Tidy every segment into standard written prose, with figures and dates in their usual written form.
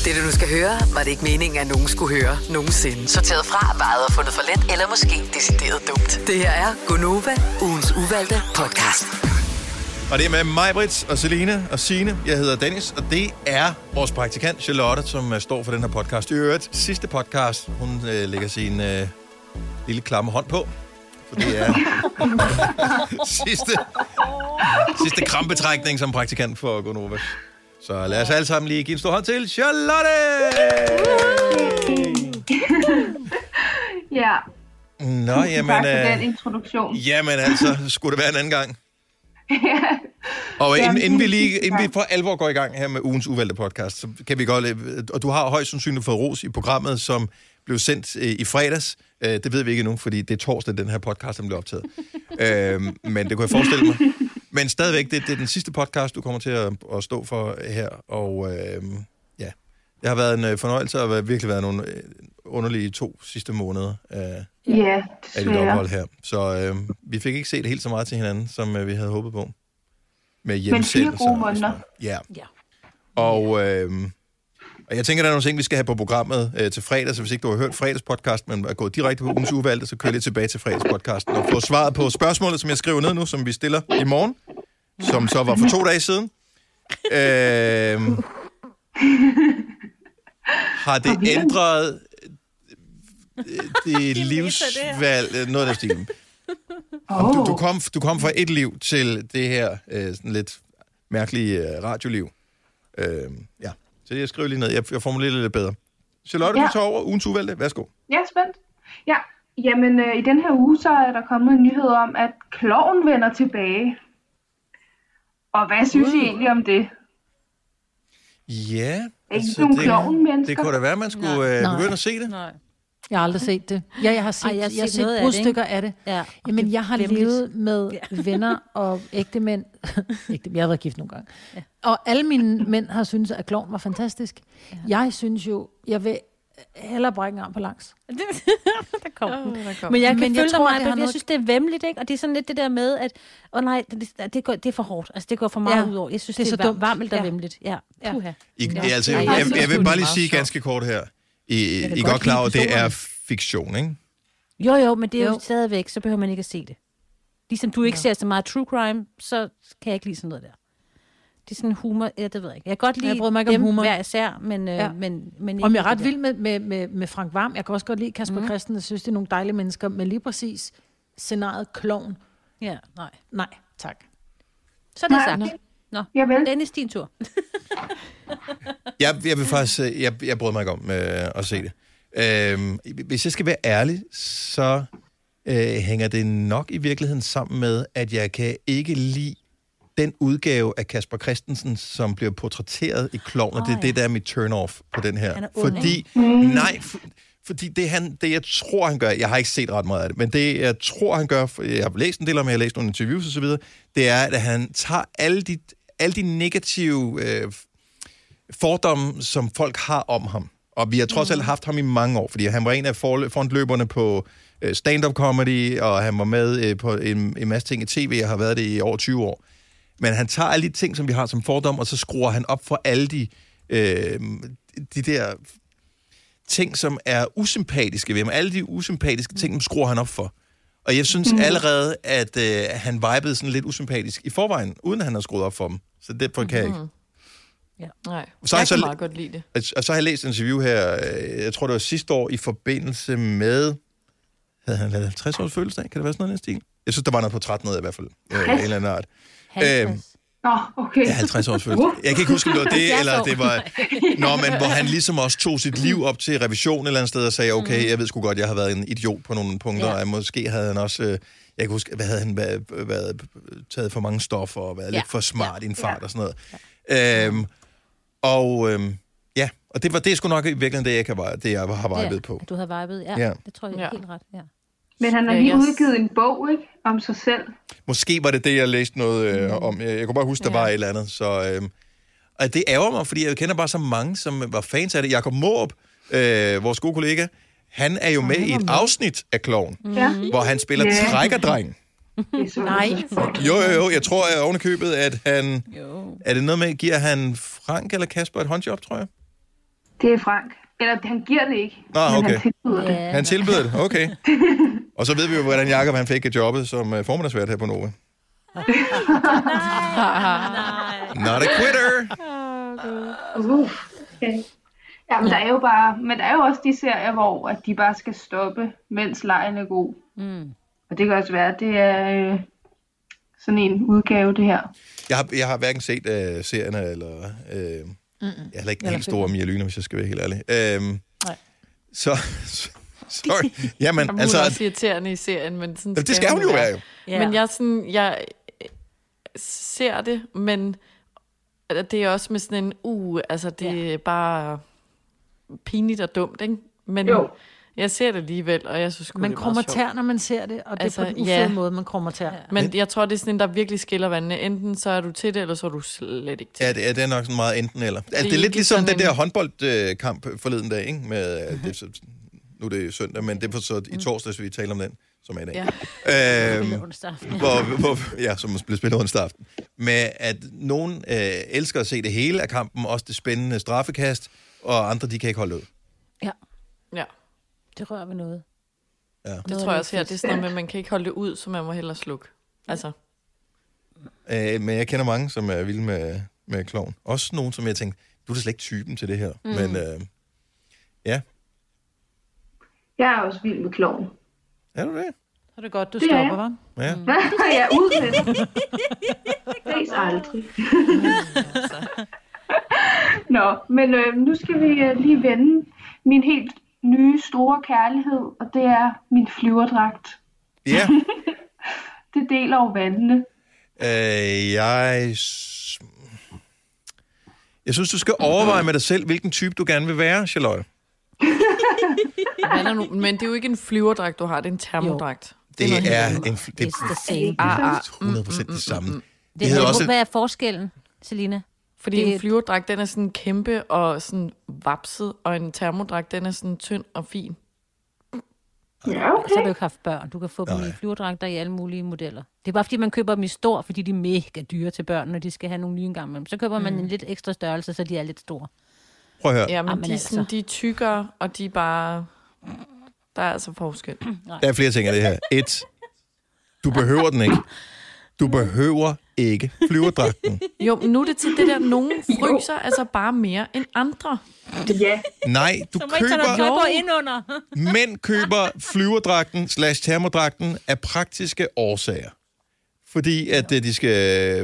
Det du skal høre, var det ikke meningen, at nogen skulle høre nogensinde. Sorteret fra, vejet og fundet for let, eller måske decideret dumt. Det her er Gonova, ugens uvalgte podcast. Og det er med mig, Britt, og Celine og Signe. Jeg hedder Dennis, og det er vores praktikant Charlotte, som står for den her podcast. I øvrigt, sidste podcast, hun lægger sin lille klamme hånd på. For det er sidste krampetrækning som praktikant for Gonova. Så lad os alle sammen lige give en stor hånd til Charlotte! Ja. Nå, jamen... Tak for den introduktion. Jamen altså, skulle det være en anden gang? Og inden vi for alvor går i gang her med ugens uvalgte podcast, så kan vi godt... Og du har højst sandsynligt fået ros i programmet, som blev sendt i fredags. Det ved vi ikke endnu, fordi det er torsdag, den her podcast, den blev optaget. Men det kunne jeg forestille mig. Men stadigvæk, det er den sidste podcast, du kommer til at stå for her. Og ja, det har været en fornøjelse, og virkelig været nogle underlige 2 sidste måneder af dit ophold her. Så vi fik ikke set helt så meget til hinanden, som vi havde håbet på. Med hjemsendelser. Men 4 gode måneder. Ja. Og jeg tænker, der er nogle ting, vi skal have på programmet til fredag, så hvis ikke du har hørt fredagspodcast, men er gået direkte på ugens uvalgte, så kører lidt tilbage til fredagspodcasten og få svaret på spørgsmålet, som jeg skriver ned nu, som vi stiller i morgen, som så var for 2 dage siden. Har det ændret det livsvalg, noget af stilen? Du kom fra et liv til det her sådan lidt mærkelige radioliv. Ja. Så jeg skriver lige ned. Jeg formulerer det lidt bedre. Charlotte, du tager over ugens uvalgte. Værsgo. Ja, spændt. Ja, jamen i den her uge, så er der kommet en nyhed om, at Klovn vender tilbage. Og hvad synes I egentlig om det? Ja. Altså, det kunne da være, at man skulle begynde at se det. Nej. Jeg har aldrig set det. Ja, jeg har set brudstykker af det. Ja. Jamen, jeg har levet med venner og ægte mænd. Jeg har været gift nogle gange. Ja. Og alle mine mænd har syntes, at Klovn var fantastisk. Ja. Jeg synes jo, jeg vil hellere brække en arm på langs. Der kom den. Men jeg kan følge mig, jeg synes, det er væmmeligt, ikke? Og det er sådan lidt det der med, at nej, det er for hårdt. Altså, det går for meget ud over. Jeg synes, det er så varmt og væmmeligt. Ja. Jeg vil bare lige sige ganske kort her. I er godt klar over, det er fiktion, ikke? Jo, men det er jo stadigvæk, så behøver man ikke at se det. Ligesom du ikke ser så meget true crime, så kan jeg ikke lide sådan noget der. Det er sådan humor, det ved jeg ikke. Jeg kan godt lide dem humor hver især, men om jeg er ret vild med Frank Hvam. Jeg kan også godt lide Kasper Christen, jeg synes, det er nogle dejlige mennesker, men lige præcis scenariet Klovn. Ja, nej, tak. Så er det sagt. Nå, Dennis, din tur. Jeg vil faktisk, jeg bryder mig ikke om at se det. Hvis jeg skal være ærlig, så hænger det nok i virkeligheden sammen med, at jeg kan ikke lide den udgave af Kasper Christensen, som bliver portrætteret i Klovn, og det er det, der er mit turn-off på den her. Fordi det jeg tror, han gør, jeg har ikke set ret meget af det, men det, jeg tror, han gør, for jeg har læst en del om, jeg har læst nogle interviews og så videre, det er, at han tager alle de negative fordomme, som folk har om ham. Og vi har trods alt haft ham i mange år, fordi han var en af frontløberne på stand-up comedy, og han var med på en masse ting i tv, og har været det i over 20 år. Men han tager alle de ting, som vi har som fordom, og så skruer han op for alle de der ting, som er usympatiske ved ham. Alle de usympatiske ting, skruer han op for. Og jeg synes allerede, at han vibede sådan lidt usympatisk i forvejen, uden at han har skruet op for dem. Så derfor kan jeg ikke. Ja. Nej, jeg kan meget godt lide det. Og så har jeg læst en interview her, jeg tror det var sidste år, i forbindelse med, havde han lavet 50 års fødselsdag? Kan det være sådan noget i stil? Jeg synes, der var noget på 13 i hvert fald. En eller anden art. 50 års fødselsdag. Jeg kan ikke huske, om det var det, eller det var... men hvor han ligesom også tog sit liv op til revision et eller andet sted, og sagde, okay, jeg ved sgu godt, jeg har været en idiot på nogle punkter, og måske havde han også... Jeg kan huske, hvad havde han været taget for mange stoffer, og været lidt for smart i en fart og sådan noget. Og det er sgu nok i virkeligheden det, jeg har vibet på. Du har vibet, ja. Det tror jeg er helt ret, Men han har lige udgivet en bog, ikke? Om sig selv. Måske var det, jeg læste noget om. Jeg kunne bare huske, der var et eller andet. Så, og det ærger mig, fordi jeg kender bare så mange, som var fans af det. Jakob Måb, vores gode kollega, han er jo med i et afsnit af Klovn, hvor han spiller trækkerdreng. Nej. Jo. Jeg tror ovenikøbet, at han... Er det noget med, giver han Frank eller Kasper et håndjob, tror jeg? Det er Frank. Eller han giver det ikke, men han tilbyder det. Han tilbyder det, okay. Og så ved vi jo, hvordan Jakob han fik jobbet som formiddagsvært her på Nova. Not a quitter! Okay. Ja, men der er jo bare, men der er jo også de serier, hvor at de bare skal stoppe, mens lejen er god. Og det kan også være, at det er sådan en udgave, det her. Jeg har hverken set serierne, eller jeg er heller ikke helt stor Mia Lyne, hvis jeg skal være helt ærlig. Sorry. Jamen, hun er også irriterende i serien, men sådan det skal hun jo være jo. Ja. Men jeg ser det, men det er også med sådan en altså det er bare pinligt og dumt, ikke? Men jeg ser det alligevel, og jeg synes man krummer tær, når man ser det, og det er på en ufed måde, man krummer tær. Men jeg tror, det er sådan en, der virkelig skiller vandene. Enten så er du til det, eller så er du slet ikke til det. Ja, det er nok sådan meget enten eller. Altså, det er lidt ligesom den der håndboldkamp forleden dag, ikke? Med, nu er det søndag, men det var så i torsdags, vi taler om den, som er i dag. Som blev spillet onsdag aften. Med at nogen elsker at se det hele af kampen, også det spændende straffekast, og andre, de kan ikke holde ud. Ja. Det rører ved noget. Ja. Det tror jeg også her, det er sådan noget med, at man kan ikke holde det ud, så man må hellere slukke. Altså. Men jeg kender mange, som er vilde med klovn. Også nogen, som jeg tænkte, du er da slet ikke typen til det her. Men ja. Jeg er også vild med klovn. Er du det? Så er det godt, du stopper, hva'? Ja. Jeg er ude med det. Ses aldrig. Nå, men nu skal vi lige vende min helt nye store kærlighed, og det er min flyverdragt. Ja. Det deler jo vandene. Jeg synes, du skal overveje med dig selv, hvilken type du gerne vil være, Charlotte. Men det er jo ikke en flyverdragt, du har, det er en termodragt. Det er 100% det samme. Hvad er forskellen, Selina? Fordi en flyverdragt, den er sådan kæmpe og sådan vapset, og en termodragt, den er sådan tynd og fin. Ja, okay. Så har du ikke haft børn. Du kan få dem i flyverdragter i alle mulige modeller. Det er bare fordi, man køber dem i stor, fordi de er mega dyre til børn, når de skal have nogle nye engang med dem. Så køber man en lidt ekstra størrelse, så de er lidt store. Prøv at høre. Ja, men de er tykkere, og de er bare... Der er altså forskel. Der er flere ting af det her. 1. Du behøver den ikke. Du behøver ikke flyverdragten. Jo, men nu er det til det der, nogen fryser altså bare mere end andre. Ja. Nej, du køber... Mænd køber flyverdragten / termodragten af praktiske årsager. Fordi at de skal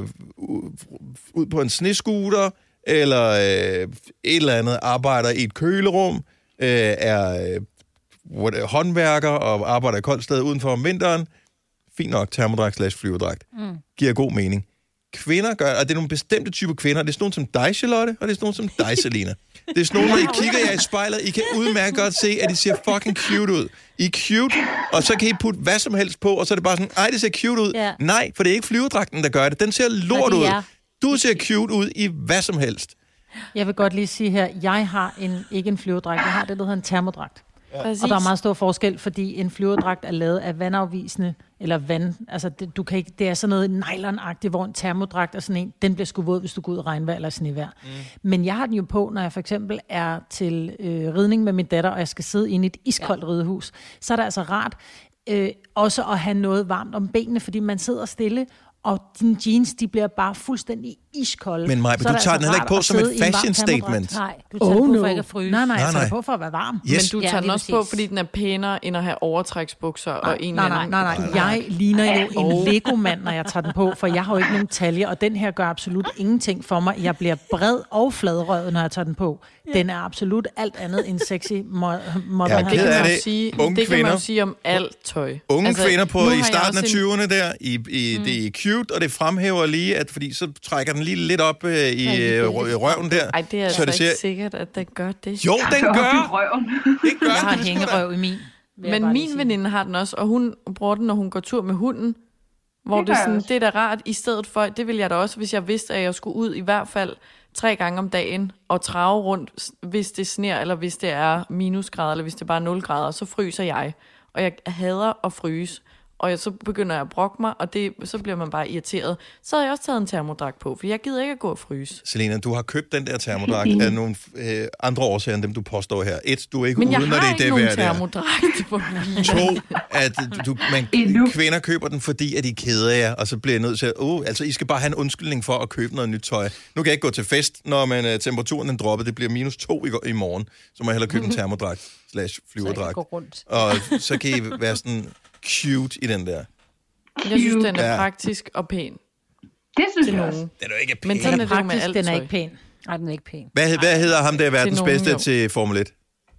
ud på en snescooter, eller et eller andet arbejder i et kølerum, er håndværker og arbejder i koldt sted udenfor om vinteren. Fint nok, termodragt / flyverdragt. Giver god mening. Kvinder gør, og det er nogle bestemte typer kvinder. Det er sådan nogle som dig, Charlotte, og det er sådan nogle som dig, Selina. Det er sådan nogle, når I kigger jer i spejlet, I kan udmærket godt se, at I ser fucking cute ud. I er cute, og så kan I putte hvad som helst på, og så er det bare sådan, ej, det ser cute ud. Ja. Nej, for det er ikke flyverdragten, der gør det. Den ser lort ud. Du ser cute ud i hvad som helst. Jeg vil godt lige sige her, jeg har ikke en flyverdragt, jeg har det, der hedder en termodragt. Ja. Og der er meget stor forskel, fordi en flyverdragt er lavet af vandafvisende, eller altså du kan ikke, det er sådan noget nylonagtigt, hvor en termodragt er sådan en, den bliver sgu våd, hvis du går ud i regnvejr eller snevejr. Men jeg har den jo på, når jeg for eksempel er til ridning med min datter, og jeg skal sidde inde i et iskoldt ridehus, så er det altså rart også at have noget varmt om benene, fordi man sidder stille, og dine jeans, de bliver bare fuldstændig iskolde. Men Maja, du tager den heller ikke på som et fashion statement. Nej, du tager den på for ikke at fryse. Nej, jeg tager den på for at være varm. Yes. Men du tager den også på, fordi den er pænere, end at have overtræksbukser og en eller anden. Nej. Jeg ligner jo en Lego-mand, når jeg tager den på, for jeg har jo ikke nogen talje, og den her gør absolut ingenting for mig. Jeg bliver bred og fladrøvet, når jeg tager den på. Den er absolut alt andet end sexy. Det kan man jo sige om alt tøj. Unge kvinder på i starten af 20'erne der, det er cute, og det fremhæver lige, at fordi så trækker den lige lidt op i røven der. Ej, det er så altså ikke sikkert, at den gør det. Jo, den gør! Det gør jeg har hængerøv i min. Men min veninde har den også, og hun bruger den, når hun går tur med hunden. Hvor det er da rart, i stedet for, det ville jeg da også, hvis jeg vidste, at jeg skulle ud i hvert fald 3 gange om dagen og trave rundt, hvis det sner, eller hvis det er minusgrader, eller hvis det bare er 0 grader, så fryser jeg. Og jeg hader at fryse. og så begynder jeg at brokke mig, og så bliver man bare irriteret. Så har jeg også taget en termodragt på, for jeg gider ikke at gå og fryse. Selena, du har købt den der termodragt af nogle andre årsager, end dem du påstår her. 1, du er ikke ude, når det er det værd der. Men jeg har ikke nogen termodragt på. 2, at kvinder køber den, fordi at de keder jer, og så bliver jeg nødt til at, altså I skal bare have en undskyldning for at købe noget nyt tøj. Nu kan jeg ikke gå til fest, når temperaturen den dropper, det bliver -2 i morgen, så må jeg hellere købe en termodragt /flyverdragt. Og så kan I være sådan cute i den der. Jeg synes, den er praktisk og pæn. Det synes jeg også. Den er jo ikke pæn. Men sådan er det med alt den er ikke pæn. Nej, den er ikke pæn. Hvad hedder ham der verdens bedste til Formel 1?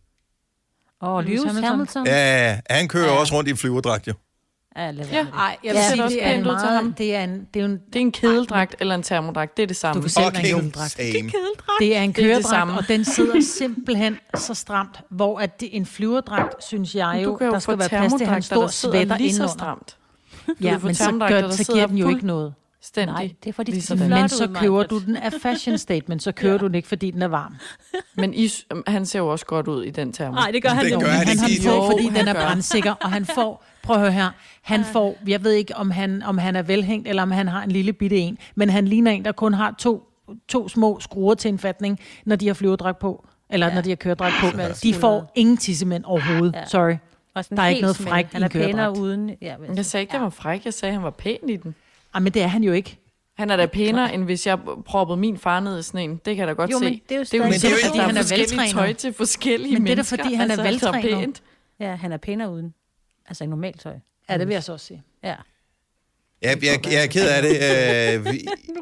Lewis Hamilton. Ja, han kører også rundt i flyverdragt, jo. Ja, jeg vil sige, også pænt ud til ham. Det er en kedeldragt eller en termodragt. Det er det samme. Du kan selv en kedeldragt. Det er en køredragt, og den sidder simpelthen så stramt, hvor at en flyverdragt, synes jeg jo, der skal være plads til, at han står svætter indenunder. Ja, men så giver den jo ikke noget. Nej, det er fordi, men så køber du den af fashion statement, så kører du den ikke, fordi den er varm. Men han ser jo også godt ud i den termo. Nej, det gør han jo. Han får, fordi den er brandsikker, og han får, prøv at høre her, han får, jeg ved ikke, om han er velhængt, eller om han har en lille bitte en, men han ligner en, der kun har to små skruer til indfatning, når de har flyverdragt på, eller når de har køredragt på. De får ingen tissemænd overhovedet, sorry. Der er ikke noget frækt i en køredragt. Uden. Jeg sagde ikke, det var fræk, jeg sagde, han var pæn i den. Men det er han jo ikke. Han er da pænere, end hvis jeg proppede min far ned i sådan en. Det kan jeg da godt se. Det er jo fordi han er veltrænet. Tøj til forskellige mennesker. Men det er da fordi, han er veltrænet. Ja, han er pænere uden. Altså i normalt tøj. Ja, det vil jeg så også sige. Ja. Ja, jeg er ked af det.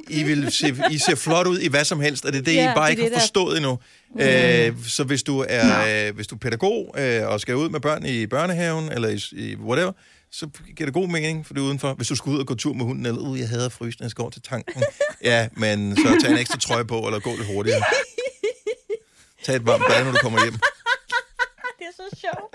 I ser flot ud i hvad som helst, og det er det, I bare ikke har forstået endnu. Så hvis du er pædagog og skal ud med børn i børnehaven, eller i whatever, så giver det god mening for det udenfor. Hvis du skal ud og gå tur med hunden, eller jeg hader frysene, jeg skal over til tanken. Ja, men så tag en ekstra trøje på, eller gå lidt hurtigere. Tag et varmt bad, når du kommer hjem. Det er så sjovt.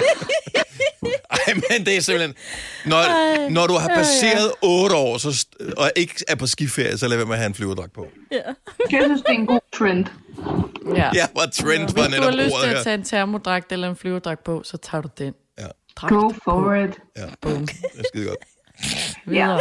Ej, men det er simpelthen... Når du har passeret 8 år, og ikke er på skiferie, så lad være med at have en flyverdragt på. Ja. Jeg synes, det er en god trend. Ja, hvor trend var netop ordet her. Hvis du har lyst til at tage en termodragt eller en flyverdragt på, så tager du den. Ja. Go for it. Ja, det er skide godt. Videre.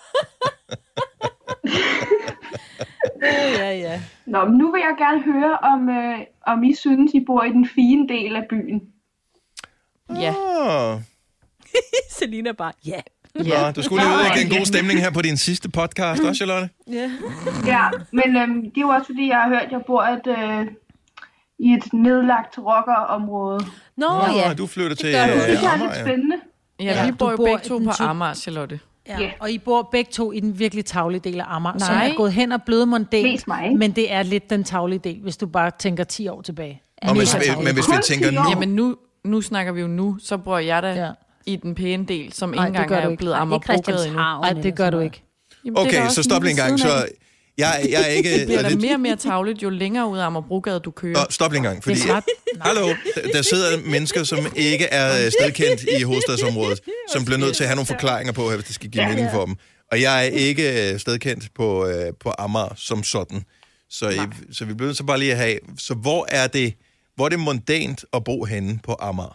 Ja. Nå, men nu vil jeg gerne høre, om I synes, I bor i den fine del af byen. Ja. Selina bare, ja. Nå, du skulle lige udlægge en god stemning her på din sidste podcast også, Charlotte. Ja, men det er jo også fordi, jeg har hørt, at jeg bor i et nedlagt rockerområde. Nå ja. Du flytter til Det er lidt spændende. Ja, vi bor jo begge to på Amager, Charlotte. Ja. Og I bor begge to i den virkelig tavlige del af Amager, som er gået hen og blevet mondænt, men det er lidt den tavlige del, hvis du bare tænker 10 år tilbage. Men hvis vi tænker nu... Jamen nu snakker vi jo nu, så bor jeg da i den pæne del, som ikke engang er blevet Amagerbrogade endnu. Nej, det gør du ikke. Jamen, okay, så stop lige en gang, så... Jeg er ikke... Det bliver da mere og mere tavligt, jo længere ud af Amagerbrogade du kører. Stop lige en gang, fordi... Hallo, der sidder mennesker, som ikke er stedkendt i hovedstadsområdet, som bliver nødt til at have nogle forklaringer på, hvis det skal give mening for dem. Og jeg er ikke stedkendt på Amager som sådan. Så vi bliver så bare lige at have... Så hvor er det mondænt at bo henne på Amager?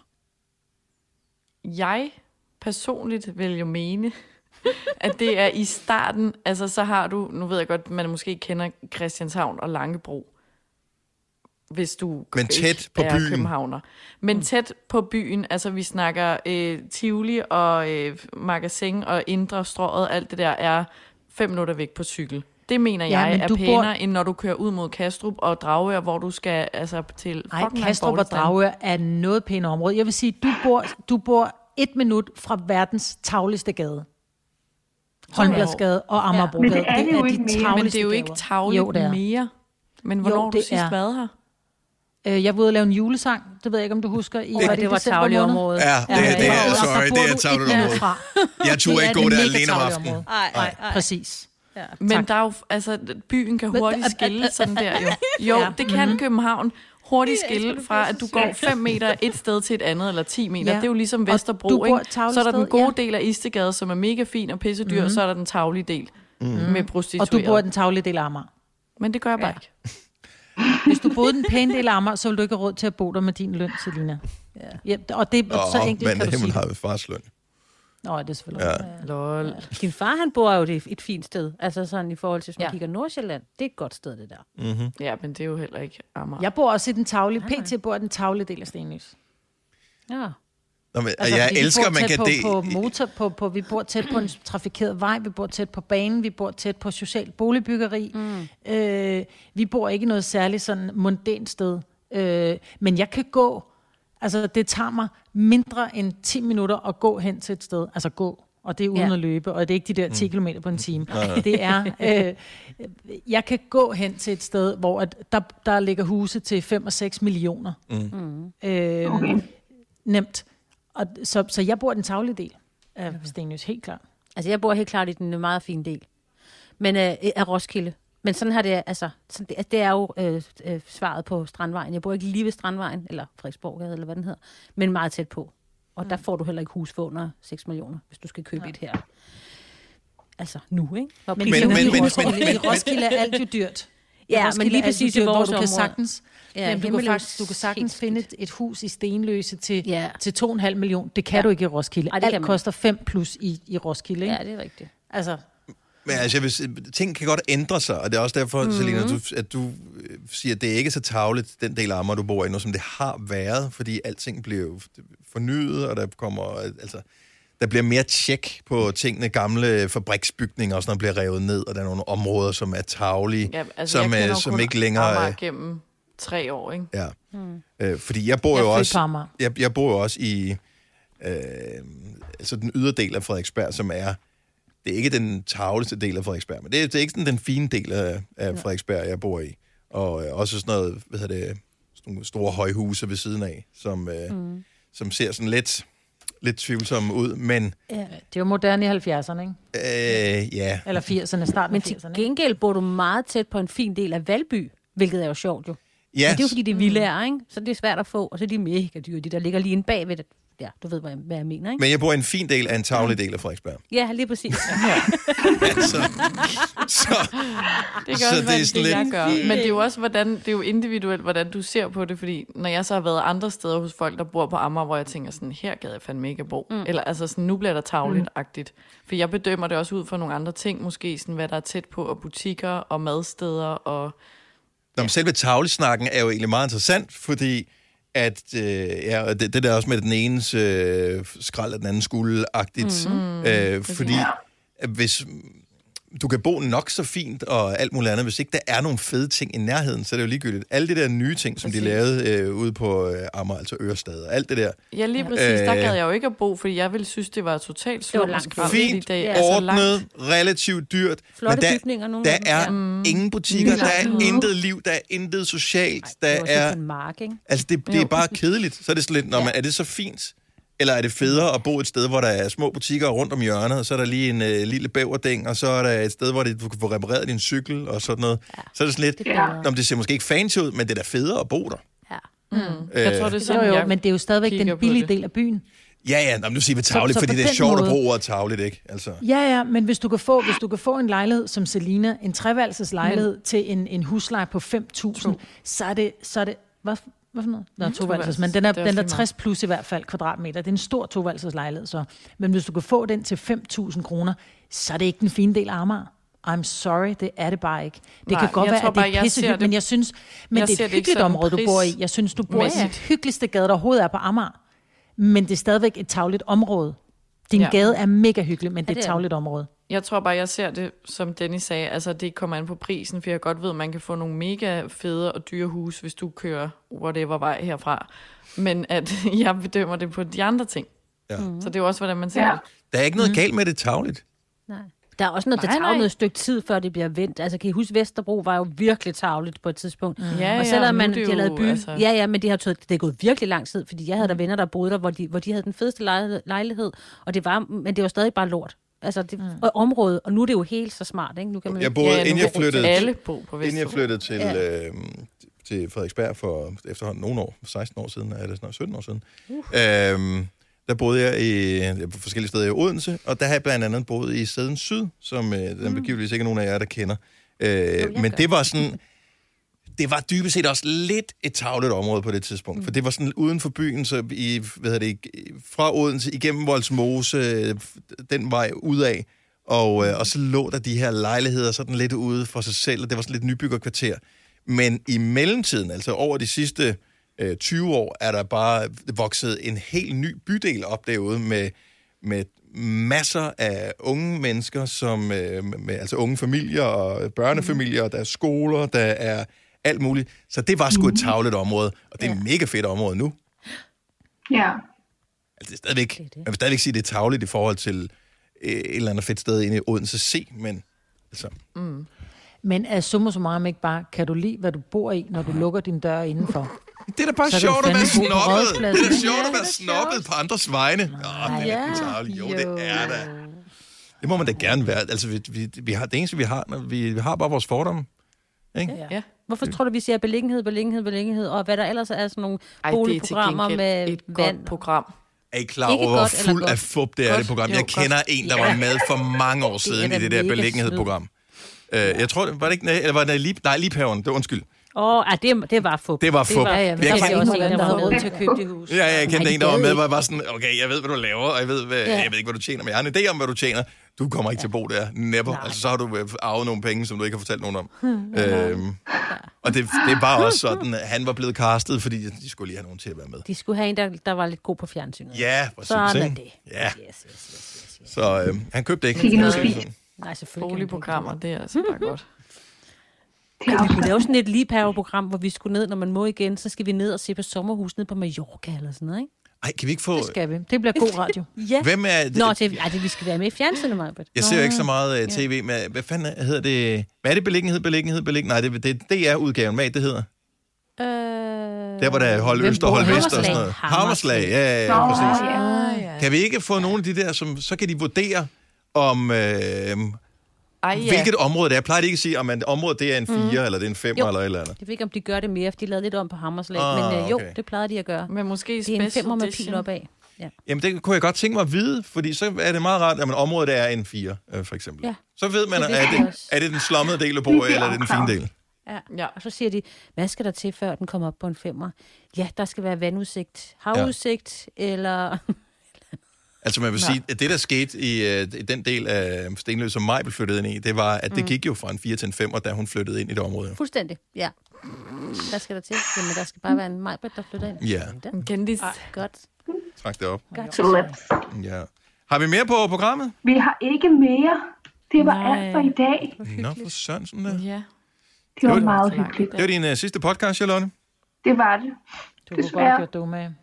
Jeg personligt vil jo mene, at det er i starten, altså så har du, nu ved jeg godt, man måske kender Christianshavn og Langebro, hvis du men tæt på byen. Københavner. Men tæt på byen, altså vi snakker Tivoli og Magasin og Indre Strøget, alt det der er 5 minutter væk på cykel. Det mener jeg er pænere, end når du kører ud mod Kastrup og Dragør, hvor du skal altså til... Nej, Kastrup og Dragør er noget pænere område. Jeg vil sige, du bor 1 minut fra verdens tavligste gade. Holmbladsgade og Amagerbrogade. Ja. Men det er jo ikke mere. Men det er jo ikke tavligt mere. Men hvornår har du sidst været her? Jeg var ude at lave en julesang. Det ved jeg ikke, om du husker. Det var tavligt område. Ja, det er tavligt område. Jeg turde ikke gå der alene om aftenen. Nej, præcis. Ja. Men der er jo, altså, byen kan hurtigt skille sådan der jo. Jo, det kan København hurtigt skille fra, at du går 5 meter et sted til et andet, eller 10 meter. Det er jo ligesom Vesterbro, ikke? Så er der den gode del af Istegade, som er mega fin og pissedyr, og så er der den tavlige del med prostituerede. Og du bor i den tavlige del af Amager. Men det gør jeg bare ikke. Hvis du boede den pæne del af Amager, så ville du ikke have råd til at bo der med din løn, Selina. Ja, og det så enkelt kan du sige. Men har vi fars løn. Nå, det er selvfølgelig. Ja. Lol. Din far, han bor jo et fint sted. Altså sådan i forhold til, hvis man kigger Nordsjælland. Det er et godt sted, det der. Mm-hmm. Ja, men det er jo heller ikke Amager. Jeg bor også i den taglige. PT bor i den taglige del af Stenløs. Ja. Nå, men, altså, jeg elsker, man kan det... Vi bor tæt på en trafikeret vej, vi bor tæt på banen, vi bor tæt på socialt boligbyggeri. Vi bor ikke noget særligt sådan mondænt sted. Men jeg kan gå... Altså, det tager mig mindre end 10 minutter at gå hen til et sted. Altså gå, og det er uden at løbe, og det er ikke de der 10 km på en time. Det er... jeg kan gå hen til et sted, hvor der ligger huse til 5 og 6 millioner. Nemt. Og så jeg bor i den taglige del af Stenløs, helt klart. Altså, jeg bor helt klart i den meget fine del. Men af Roskilde. Men sådan har det, altså, det er jo svaret på Strandvejen. Jeg bor ikke lige ved Strandvejen, eller Frederiksborggade, eller hvad den hedder, men meget tæt på. Og der får du heller ikke hus for under 6 millioner, hvis du skal købe et her. Altså, nu, ikke? Men i Roskilde er alt jo dyrt. Ja, men lige præcis i vores område. Du kan sagtens finde et hus i Stenløse til 2,5 millioner. Det kan du ikke i Roskilde. Alt koster 5 plus i Roskilde, ikke? Ja, det er rigtigt. Altså... Men altså, ting kan godt ændre sig, og det er også derfor, Selina, at du siger, at det er ikke så tarveligt, den del af Amager, du bor i nu, som det har været, fordi alting bliver fornyet, og der kommer, altså, der bliver mere tjek på tingene, gamle fabriksbygninger og sådan noget bliver revet ned, og der er nogle områder, som er tarvelige, som ikke længere... Amager gennem 3 år, ikke? Ja. Fordi jeg bor jo også... Jeg bor jo også i altså den yderdel af Frederiksberg, som er... Det er ikke den tarveligste del af Frederiksberg, men det er ikke sådan den fine del af Frederiksberg, jeg bor i. Og også sådan noget, sådan nogle store højhuse ved siden af, som ser sådan lidt tvivlsomme ud, men... Ja, det er jo moderne i 70'erne, ikke? Ja. Eller 80'erne, starten af 80'erne. Men til gengæld bor du meget tæt på en fin del af Valby, hvilket er jo sjovt jo. Yes. Men det er jo fordi, det er villaer, ikke? Så det er svært at få, og så er de mega dyre, de der ligger lige inde bagved det. Ja, du ved, hvad jeg mener, ikke? Men jeg bor i en fin del af en tavlig del af Frederiksberg. Ja, lige præcis. Altså, det kan også være det, jeg gør. Men det er jo også, det er jo individuelt, hvordan du ser på det, fordi når jeg så har været andre steder hos folk, der bor på Amager, hvor jeg tænker sådan, her gad jeg fandme ikke at bo. Eller altså sådan, nu bliver der tavligt-agtigt. For jeg bedømmer det også ud fra nogle andre ting, måske sådan, hvad der er tæt på, og butikker og madsteder og... Selve tavlesnakken er jo egentlig meget interessant, fordi at det der også med den enes skrald af den anden skuld-agtigt. Fordi hvis du kan bo nok så fint og alt muligt andet, hvis ikke der er nogle fede ting i nærheden, så er det jo ligegyldigt. Alle de der nye ting, som de lavede ude på Amager, altså Ørestad og alt det der. Ja, lige præcis. Der gad jeg jo ikke at bo, fordi jeg ville synes, det var totalt slumskrald. Fint, ordnet, relativt dyrt. Flotte bygninger nogle der er ingen butikker, der er intet liv, der er intet socialt. Der er en mark, ikke? Altså, det er bare kedeligt. Så er det sådan lidt, er det så fint? Eller er det federe at bo et sted, hvor der er små butikker rundt om hjørnet, og så er der lige en lille bæverding, og så er der et sted, hvor du kan få repareret din cykel og sådan noget. Ja. Så er det sådan lidt, det ser måske ikke fancy ud, men det er da federe at bo der. Ja. Jeg tror, det er sådan, men det er jo stadigvæk den billige del af byen. Ja, nu siger vi tavligt, fordi det er sjovt at bruge ordet tavligt, ikke? Altså. Ja, men hvis du kan få en lejlighed som Selina, en treværelses lejlighed til en husleje på 5.000, så er det hvad for noget? Nå, toværelses, men den er 60 plus i hvert fald kvadratmeter. Det er en stor toværelses lejlighed, så. Men hvis du kan få den til 5.000 kroner, så er det ikke den fine del af Amager. I'm sorry, det er det bare ikke. Det kan godt være, at det er pissehyggeligt, men jeg synes, det er et hyggeligt område, du bor i. Jeg synes, du bor i det hyggeligste gade, der overhovedet er på Amager. Men det er stadigvæk et tarveligt område. Din gade er mega hyggelig, men det er et tarveligt område. Jeg tror bare, jeg ser det, som Dennis sagde, altså det kommer an på prisen, for jeg godt ved, at man kan få nogle mega fede og dyre huse, hvis du kører whatever vej herfra. Men at jeg bedømmer det på de andre ting. Ja. Så det er jo også, hvordan man ser det. Der er ikke noget galt med det tarveligt. Nej. Der er også noget, der tager noget stykke tid, før det bliver vendt. Altså, kan I huske, Vesterbro var jo virkelig tarveligt på et tidspunkt. Og selvom de har lavet by... Altså... Ja, men det er gået virkelig lang tid, fordi jeg havde der venner, der boede der, hvor de havde den fedeste lejlighed, men det var stadig bare lort. Altså, og området, og nu er det jo helt så smart, ikke? Nu kan man inden jeg flyttede, alle på Vesterbro. Inden jeg flyttede til Frederiksberg for efterhånden nogle år, 16 år siden, er det snart 17 år siden, der boede jeg på forskellige steder i Odense, og der har jeg blandt andet boet i Sæden Syd, som den begiveligvis ikke er nogen af jer, der kender. Men det var sådan... det var dybest set også lidt et tarveligt område på det tidspunkt, for det var sådan uden for byen, så fra Odense igennem Vollsmose, den vej udad, og så lå der de her lejligheder sådan lidt ude for sig selv, og det var sådan lidt nybyggerkvarter. Men i mellemtiden, altså over de sidste 20 år, er der bare vokset en helt ny bydel op derude med masser af unge mennesker, som med altså unge familier og børnefamilier, og der er skoler, der er alt muligt. Så det var sgu et tarveligt område, og det er et mega fedt område nu. Ja. Altså det er stadigvæk, man vil stadigvæk sige, det er tarveligt i forhold til et eller andet fedt sted inde i Odense C, men altså... Men er summa summarum ikke bare, kan du lide, hvad du bor i, når du lukker din dør indenfor? Det er da bare sjovt at være snobbet. Det er sjovt at være snobbet på andres vegne. Det er ikke tarveligt. Jo, det er da. Det må man da gerne være. Altså, vi har, det eneste, vi har bare vores fordomme. Ikke? Ja. Hvorfor tror du, vi siger beliggenhed, og hvad der ellers er sådan nogle boligprogrammer med et vand? Godt program. Er I klar over, hvor fuld af fup det er, det program? Jeg kender en, der var med for mange år siden i det der beliggenhedsprogram. Jeg tror, var det ikke... Eller var det Liebhaveren? Det var undskyld. Det var fup. Det var fup. Jeg kendte også en, der var råd til at købe det hus. Ja, jeg kendte en, der var med, hvor jeg var sådan, okay, jeg ved, hvad du laver, og jeg ved ikke, hvad du tjener, men jeg har en idé om, hvad du tjener. Du kommer ikke til at bo der. Never. Nej. Altså, så har du arvet nogle penge, som du ikke har fortalt nogen om. Og det er bare også sådan, at han var blevet castet, fordi de skulle lige have nogen til at være med. De skulle have en, der var lidt god på fjernsynet. Ja, præcis. Sådan er det. Ja. Yes. Så han købte ikke. Nej, selvfølgelig. Boligprogrammer, det er altså bare godt. Vi kunne lave sådan et liebhaverprogram, hvor vi skulle ned, når man må igen, så skal vi ned og se på sommerhus ned på Mallorca eller sådan noget, ikke? Ej, kan vi ikke få... Det skal vi. Det bliver god radio. Ja. Hvem er det? Vi skal være med i fjernsynet, Marbet. Jeg ser jo ikke så meget tv, men hvad fanden hedder det? Hvad er det beliggenhed? Nej, det er udgaven. Hvad det hedder? Der var der hold øst og hold vest og sådan noget. Hammerslag, ja, præcis. Ja. Kan vi ikke få nogle af de der, som så kan de vurdere om... hvilket område det er. Jeg plejer ikke at sige, om området det er en 4, eller det er en 5, eller et eller andet. Jeg ved ikke, om de gør det mere, for de lavede lidt om på Hammerslag. Men jo, det plejede de at gøre. Men måske det er en 5 med pil opad. Ja. Jamen, det kunne jeg godt tænke mig at vide, fordi så er det meget rart, at området er en 4, for eksempel. Ja. Så ved man, er det den slummede del af bordet, eller er det den fine del? Ja, og så siger de, hvad skal der til, før den kommer op på en 5'er? Ja, der skal være vandudsigt, havudsigt, eller... Altså man vil sige, at det der skete i den del af Stenløse, som Maj blev flyttet ind i, det var, at det gik jo fra en 4 til en 5, da hun flyttede ind i det område. Fuldstændig, ja. Hvad skal der til? Jamen, der skal bare være en Majbert, der flytter ind. Ja. En kendis. Godt. Træk det op. Godt. Ja. Har vi mere på programmet? Vi har ikke mere. Det var alt for i dag. Nå, for Sørensen der. Ja. Det var meget hyggeligt. Det var din sidste podcast, Charlotte? Det var det. Du kunne godt gjort du med.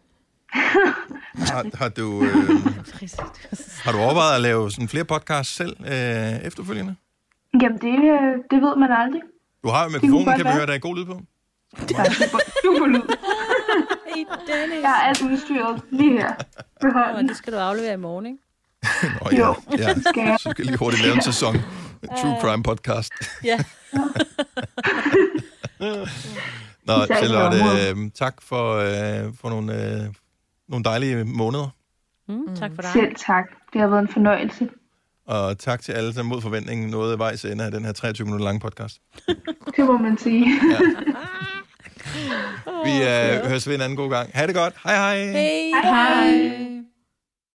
Har du overvejet at lave sådan flere podcasts selv efterfølgende? Jamen, det ved man aldrig. Du har jo mikrofonen, kan vi høre, der er god lyd på? Der er super lyd. Jeg har alt udstyret lige her. Det skal du aflevere i morgen, ikke? Nå ja. Så skal jeg lige hurtigt lave en sæson. True Crime podcast. Ja. Nå, Charlotte, tak for nogle dejlige måneder. Tak for dig. Selv tak. Det har været en fornøjelse. Og tak til alle, der mod forventningen nåede vejs ende af den her 23 minutter lange podcast. Det må man sige. Ja. Vi høres ved en anden god gang. Ha' det godt. Hej hej. Hej.